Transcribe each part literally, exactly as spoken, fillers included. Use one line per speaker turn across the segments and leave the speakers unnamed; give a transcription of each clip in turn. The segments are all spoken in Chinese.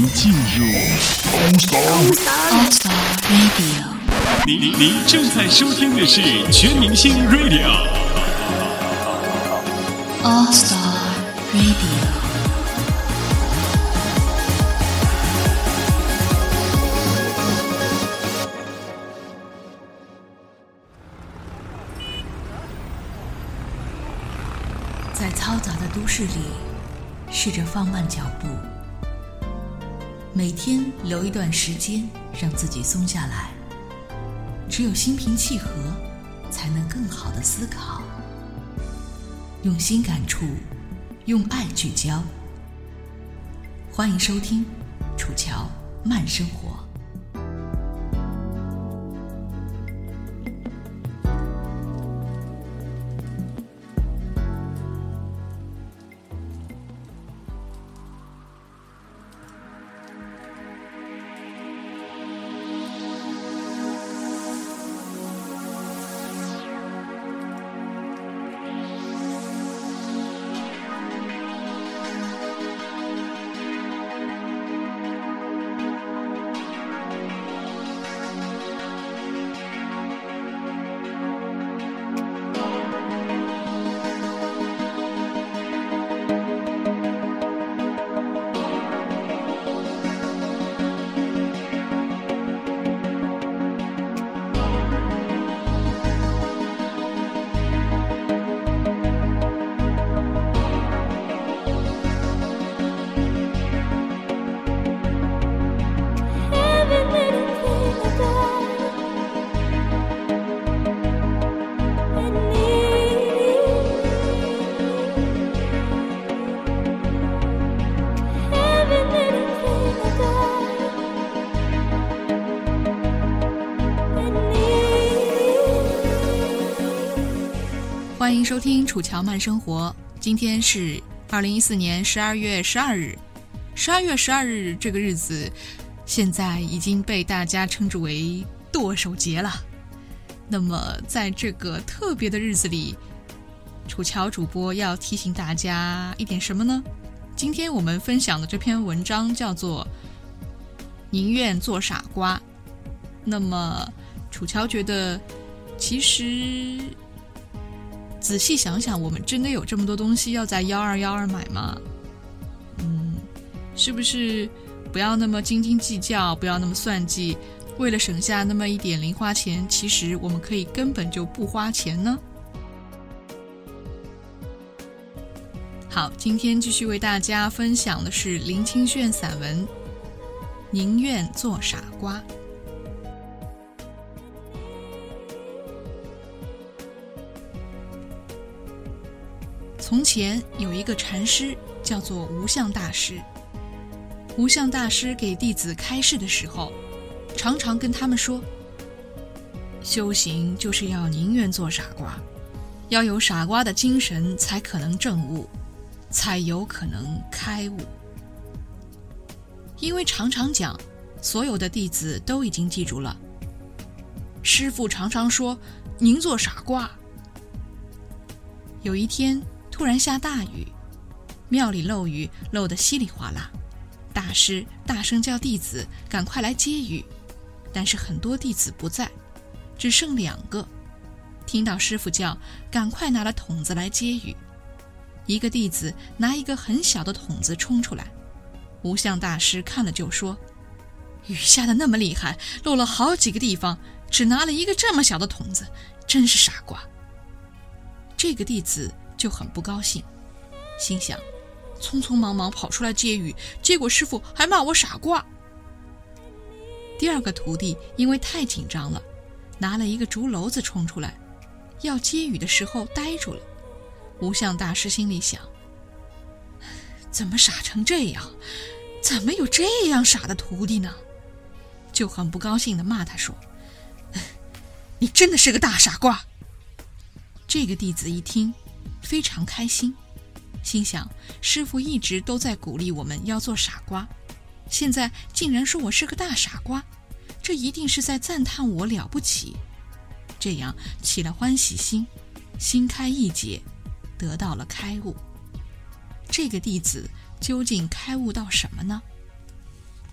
进入 All Star
Radio。
您您正在收听的是全明星 Radio。
All Star Radio。在嘈杂的都市里，试着放慢脚步，每天留一段时间让自己松下来。只有心平气和，才能更好的思考。用心感触，用爱聚焦。欢迎收听楚乔慢生活。欢迎收听楚乔慢生活。今天是二零一四年十二月十二日。十二月十二日这个日子，现在已经被大家称之为剁手节了。那么在这个特别的日子里，楚乔主播要提醒大家一点什么呢？今天我们分享的这篇文章叫做宁愿做傻瓜。那么楚乔觉得，其实仔细想想，我们真的有这么多东西要在幺二幺二买吗？嗯，是不是不要那么斤斤计较，不要那么算计，为了省下那么一点零花钱，其实我们可以根本就不花钱呢？好，今天继续为大家分享的是林清炫散文《宁愿做傻瓜》。从前有一个禅师叫做无相大师。无相大师给弟子开示的时候，常常跟他们说，修行就是要宁愿做傻瓜，要有傻瓜的精神才可能证悟，才有可能开悟。因为常常讲，所有的弟子都已经记住了。师父常常说，您做傻瓜。有一天突然下大雨，庙里漏雨漏得稀里哗啦，大师大声叫弟子赶快来接雨，但是很多弟子不在，只剩两个。听到师父叫，赶快拿了桶子来接雨。一个弟子拿一个很小的桶子冲出来，无相大师看了就说，雨下得那么厉害，漏了好几个地方，只拿了一个这么小的桶子，真是傻瓜。这个弟子就很不高兴，心想，匆匆忙忙跑出来接雨，结果师父还骂我傻瓜。第二个徒弟因为太紧张了，拿了一个竹篓子冲出来，要接雨的时候呆住了。无相大师心里想，怎么傻成这样？怎么有这样傻的徒弟呢？就很不高兴地骂他说，你真的是个大傻瓜。这个弟子一听非常开心，心想，师父一直都在鼓励我们要做傻瓜，现在竟然说我是个大傻瓜，这一定是在赞叹我了不起。这样起了欢喜心，心开意解，得到了开悟。这个弟子究竟开悟到什么呢？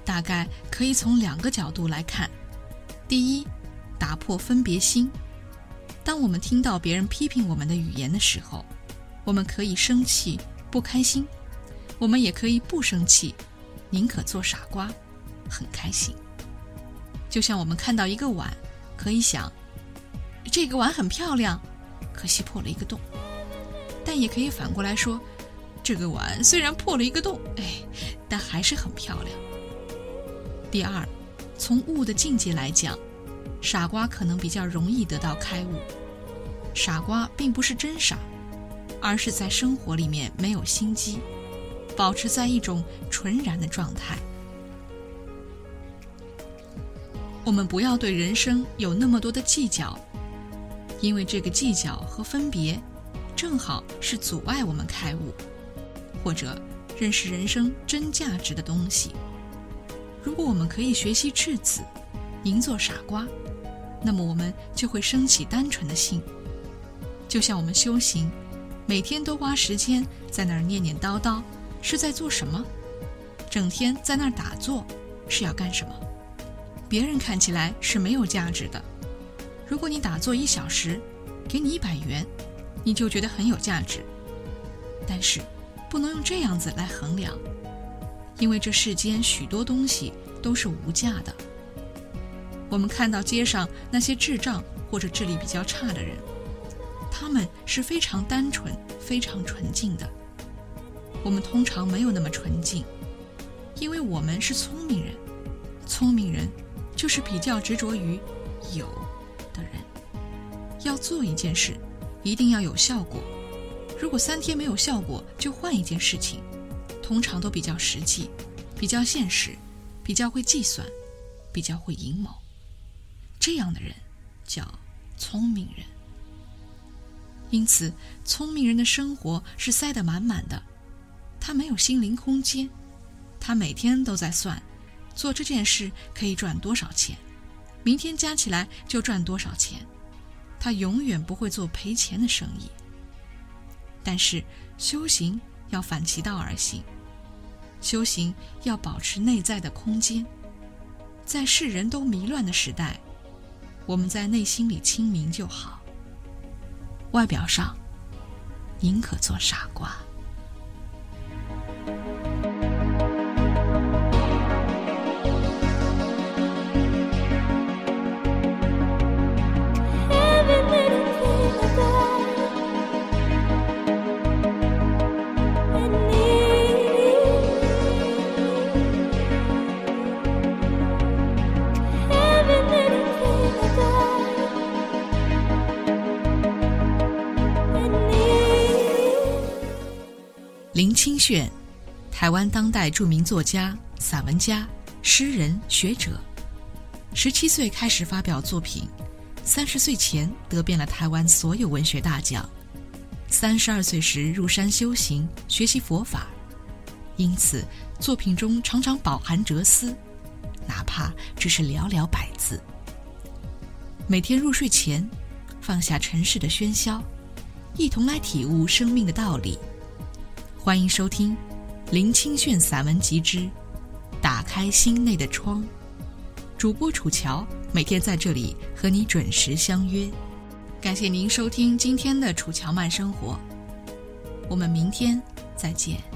大概可以从两个角度来看。第一，打破分别心。当我们听到别人批评我们的语言的时候，我们可以生气、不开心，我们也可以不生气，宁可做傻瓜，很开心。就像我们看到一个碗，可以想，这个碗很漂亮，可惜破了一个洞。但也可以反过来说，这个碗虽然破了一个洞，哎，但还是很漂亮。第二，从悟的境界来讲，傻瓜可能比较容易得到开悟。傻瓜并不是真傻，而是在生活里面没有心机，保持在一种纯然的状态。我们不要对人生有那么多的计较，因为这个计较和分别正好是阻碍我们开悟，或者认识人生真价值的东西。如果我们可以学习赤子，宁做傻瓜，那么我们就会升起单纯的心。就像我们修行，每天都花时间在那儿念念叨叨，是在做什么？整天在那儿打坐，是要干什么？别人看起来是没有价值的。如果你打坐一小时，给你一百元，你就觉得很有价值。但是不能用这样子来衡量，因为这世间许多东西都是无价的。我们看到街上那些智障或者智力比较差的人，他们是非常单纯、非常纯净的。我们通常没有那么纯净，因为我们是聪明人。聪明人就是比较执着于有的人。要做一件事，一定要有效果。如果三天没有效果，就换一件事情。通常都比较实际，比较现实，比较会计算，比较会阴谋。这样的人叫聪明人。因此，聪明人的生活是塞得满满的，他没有心灵空间，他每天都在算，做这件事可以赚多少钱，明天加起来就赚多少钱，他永远不会做赔钱的生意。但是修行要反其道而行，修行要保持内在的空间。在世人都迷乱的时代，我们在内心里清明就好，外表上宁可做傻瓜。林清炫，台湾当代著名作家、散文家、诗人、学者。十七岁开始发表作品，三十岁前得遍了台湾所有文学大奖。三十二岁时入山修行，学习佛法，因此作品中常常饱含哲思，哪怕只是寥寥百字。每天入睡前，放下尘世的喧嚣，一同来体悟生命的道理。欢迎收听林清炫散文集之打开心内的窗，主播楚乔每天在这里和你准时相约。感谢您收听今天的楚乔慢生活，我们明天再见。